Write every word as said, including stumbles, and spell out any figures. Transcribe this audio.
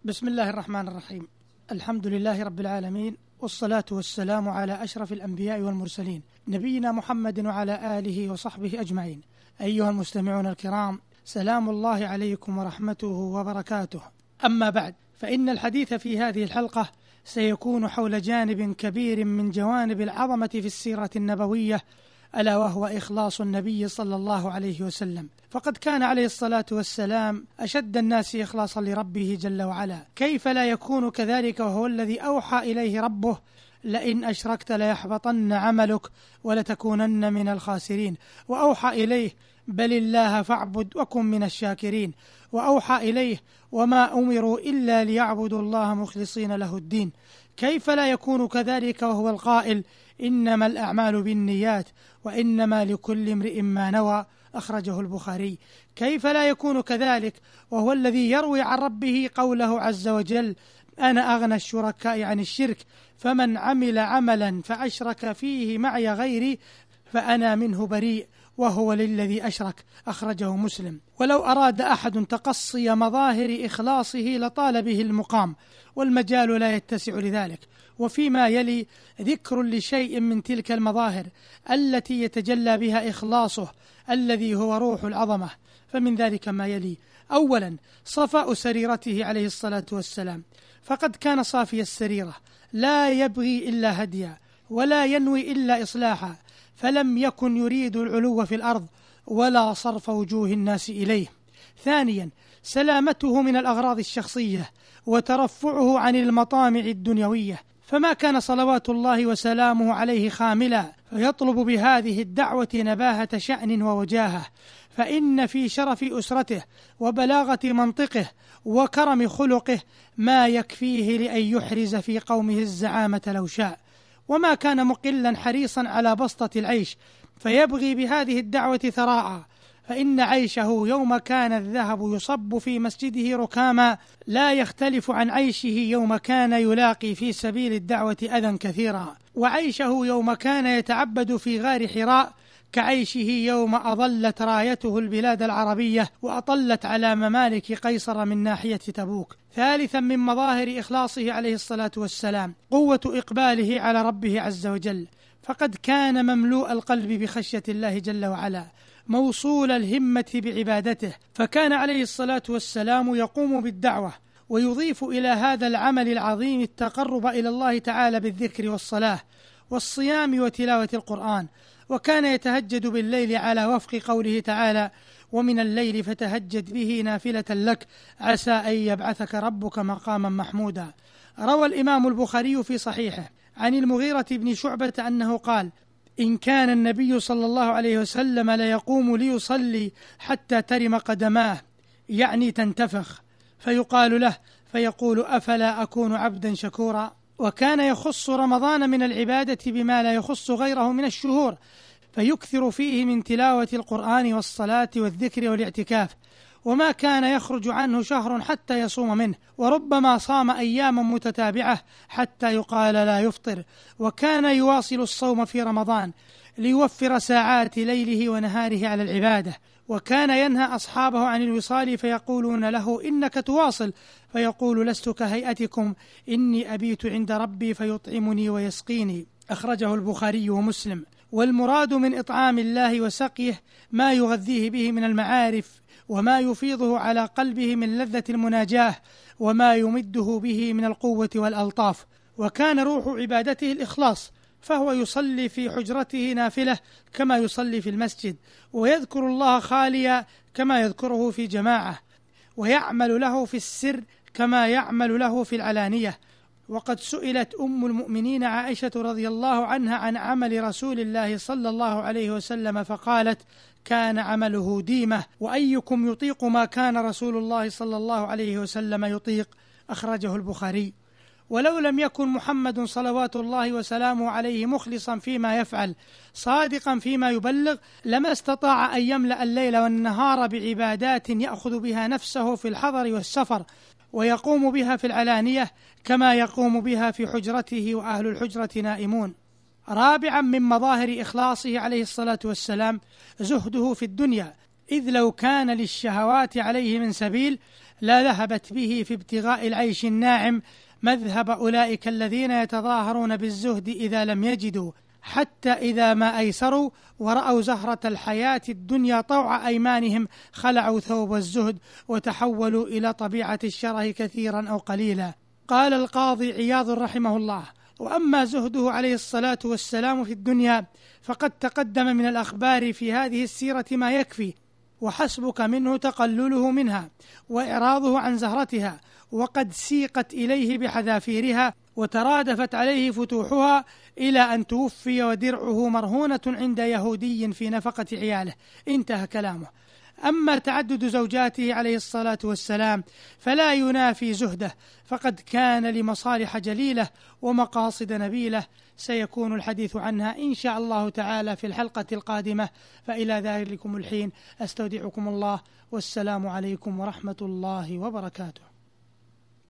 بسم الله الرحمن الرحيم. الحمد لله رب العالمين، والصلاة والسلام على أشرف الأنبياء والمرسلين، نبينا محمد وعلى آله وصحبه أجمعين. أيها المستمعون الكرام، سلام الله عليكم ورحمته وبركاته. أما بعد، فإن الحديث في هذه الحلقة سيكون حول جانب كبير من جوانب العظمة في السيرة النبوية، ألا وهو إخلاص النبي صلى الله عليه وسلم. فقد كان عليه الصلاة والسلام أشد الناس إخلاصا لربه جل وعلا، كيف لا يكون كذلك وهو الذي أوحى إليه ربه: لئن أشركت ليحبطن عملك ولتكونن من الخاسرين. وأوحى إليه: بل الله فاعبد وكن من الشاكرين. وأوحى إليه: وما أمروا إلا ليعبدوا الله مخلصين له الدين. كيف لا يكون كذلك وهو القائل: إنما الأعمال بالنيات وإنما لكل امرئ ما نوى، أخرجه البخاري. كيف لا يكون كذلك وهو الذي يروي عن ربه قوله عز وجل: أنا أغنى الشركاء عن الشرك، فمن عمل عملا فأشرك فيه معي غيري فأنا منه بريء وهو للذي أشرك، أخرجه مسلم. ولو أراد أحد تقصي مظاهر إخلاصه لطال به المقام، والمجال لا يتسع لذلك. وفيما يلي ذكر لشيء من تلك المظاهر التي يتجلى بها إخلاصه الذي هو روح العظمة. فمن ذلك ما يلي: أولا، صفاء سريرته عليه الصلاة والسلام، فقد كان صافي السريرة، لا يبغي إلا هديا ولا ينوي إلا إصلاحا، فلم يكن يريد العلو في الأرض ولا صرف وجوه الناس إليه. ثانيا، سلامته من الأغراض الشخصية وترفعه عن المطامع الدنيوية، فما كان صلوات الله وسلامه عليه خاملا فيطلب بهذه الدعوة نباهة شأن ووجاهة، فإن في شرف أسرته وبلاغة منطقه وكرم خلقه ما يكفيه لأن يحرز في قومه الزعامة لو شاء. وما كان مقلا حريصا على بسطة العيش فيبغي بهذه الدعوة ثراء، فإن عيشه يوم كان الذهب يصب في مسجده ركاما لا يختلف عن عيشه يوم كان يلاقي في سبيل الدعوة أذى كثيرا، وعيشه يوم كان يتعبد في غار حراء كعيشه يوم أظلت رايته البلاد العربية وأطلت على ممالك قيصر من ناحية تبوك. ثالثا، من مظاهر إخلاصه عليه الصلاة والسلام قوة إقباله على ربه عز وجل، فقد كان مملوء القلب بخشية الله جل وعلا، موصول الهمة بعبادته، فكان عليه الصلاة والسلام يقوم بالدعوة ويضيف إلى هذا العمل العظيم التقرب إلى الله تعالى بالذكر والصلاة والصيام وتلاوة القرآن، وكان يتهجد بالليل على وفق قوله تعالى: ومن الليل فتهجد به نافلة لك عسى أن يبعثك ربك مقاما محمودا. روى الإمام البخاري في صحيحه عن المغيرة بن شعبة أنه قال: إن كان النبي صلى الله عليه وسلم ليقوم ليصلي حتى ترم قدماه، يعني تنتفخ، فيقال له فيقول: أفلا أكون عبدا شكورا. وكان يخص رمضان من العبادة بما لا يخص غيره من الشهور، فيكثر فيه من تلاوة القرآن والصلاة والذكر والاعتكاف، وما كان يخرج عنه شهر حتى يصوم منه، وربما صام أياما متتابعة حتى يقال لا يفطر. وكان يواصل الصوم في رمضان ليوفر ساعات ليله ونهاره على العبادة، وكان ينهى أصحابه عن الوصال فيقولون له: إنك تواصل، فيقول: لست كهيئتكم، إني أبيت عند ربي فيطعمني ويسقيني، أخرجه البخاري ومسلم. والمراد من إطعام الله وسقيه ما يغذيه به من المعارف، وما يفيضه على قلبه من لذة المناجاة، وما يمده به من القوة والألطاف. وكان روح عبادته الإخلاص، فهو يصلي في حجرته نافلة كما يصلي في المسجد، ويذكر الله خاليا كما يذكره في جماعة، ويعمل له في السر كما يعمل له في العلانية. وقد سئلت أم المؤمنين عائشة رضي الله عنها عن عمل رسول الله صلى الله عليه وسلم فقالت: كان عمله ديمة، وأيكم يطيق ما كان رسول الله صلى الله عليه وسلم يطيق، أخرجه البخاري. ولو لم يكن محمد صلوات الله وسلامه عليه مخلصا فيما يفعل صادقا فيما يبلغ لما استطاع أن يملأ الليل والنهار بعبادات يأخذ بها نفسه في الحضر والسفر، ويقوم بها في العلانية كما يقوم بها في حجرته وأهل الحجرة نائمون. رابعا، من مظاهر إخلاصه عليه الصلاة والسلام زهده في الدنيا، إذ لو كان للشهوات عليه من سبيل لا ذهبت به في ابتغاء العيش الناعم مذهب أولئك الذين يتظاهرون بالزهد إذا لم يجدوا، حتى إذا ما أيسروا ورأوا زهرة الحياة الدنيا طوع أيمانهم خلعوا ثوب الزهد وتحولوا إلى طبيعة الشره كثيرا أو قليلا. قال القاضي عياض رحمه الله: وأما زهده عليه الصلاة والسلام في الدنيا فقد تقدم من الأخبار في هذه السيرة ما يكفي، وحسبك منه تقلله منها وإعراضه عن زهرتها، وقد سيقت إليه بحذافيرها وترادفت عليه فتوحها إلى أن توفي ودرعه مرهونة عند يهودي في نفقة عياله. انتهى كلامه. أما تعدد زوجاته عليه الصلاة والسلام فلا ينافي زهده، فقد كان لمصالح جليلة ومقاصد نبيلة سيكون الحديث عنها إن شاء الله تعالى في الحلقة القادمة، فإلى ذلكم الحين أستودعكم الله، والسلام عليكم ورحمة الله وبركاته.